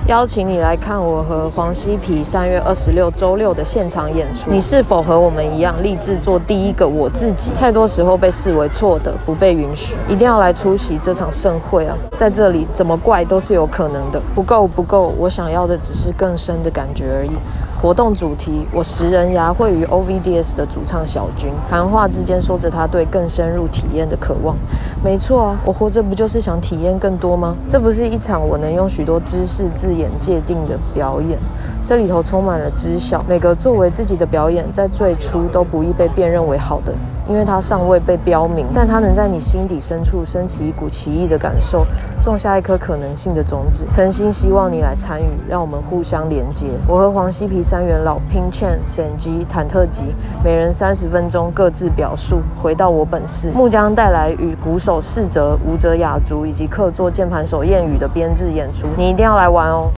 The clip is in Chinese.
邀请你来看我和黄西皮3月26周6的现场演出。你是否和我们一样立志做第一个我自己？太多时候被视为错的，不被允许，一定要来出席这场盛会啊！在这里怎么怪都是有可能的。不够，我想要的只是更深的感觉而已。活动主题：我食人牙会与 OVDS 的主唱小军谈话之间说着他对更深入体验的渴望。没错啊，我活着不就是想体验更多吗？这不是一场我能用许多知识字眼界定的表演，这里头充满了知晓。每个作为自己的表演，在最初都不易被辨认为好的，因为它尚未被标明，但它能在你心底深处升起一股奇异的感受，种下一颗可能性的种子。诚心希望你来参与，让我们互相连接。我和黄西皮3元老、Pin Chen、Senji、忐忑吉，每人30分钟，各自表述。回到我本市，木将带来与鼓手世哲、舞者雅竹以及客座键盘手燕语的编制演出，你一定要来玩哦。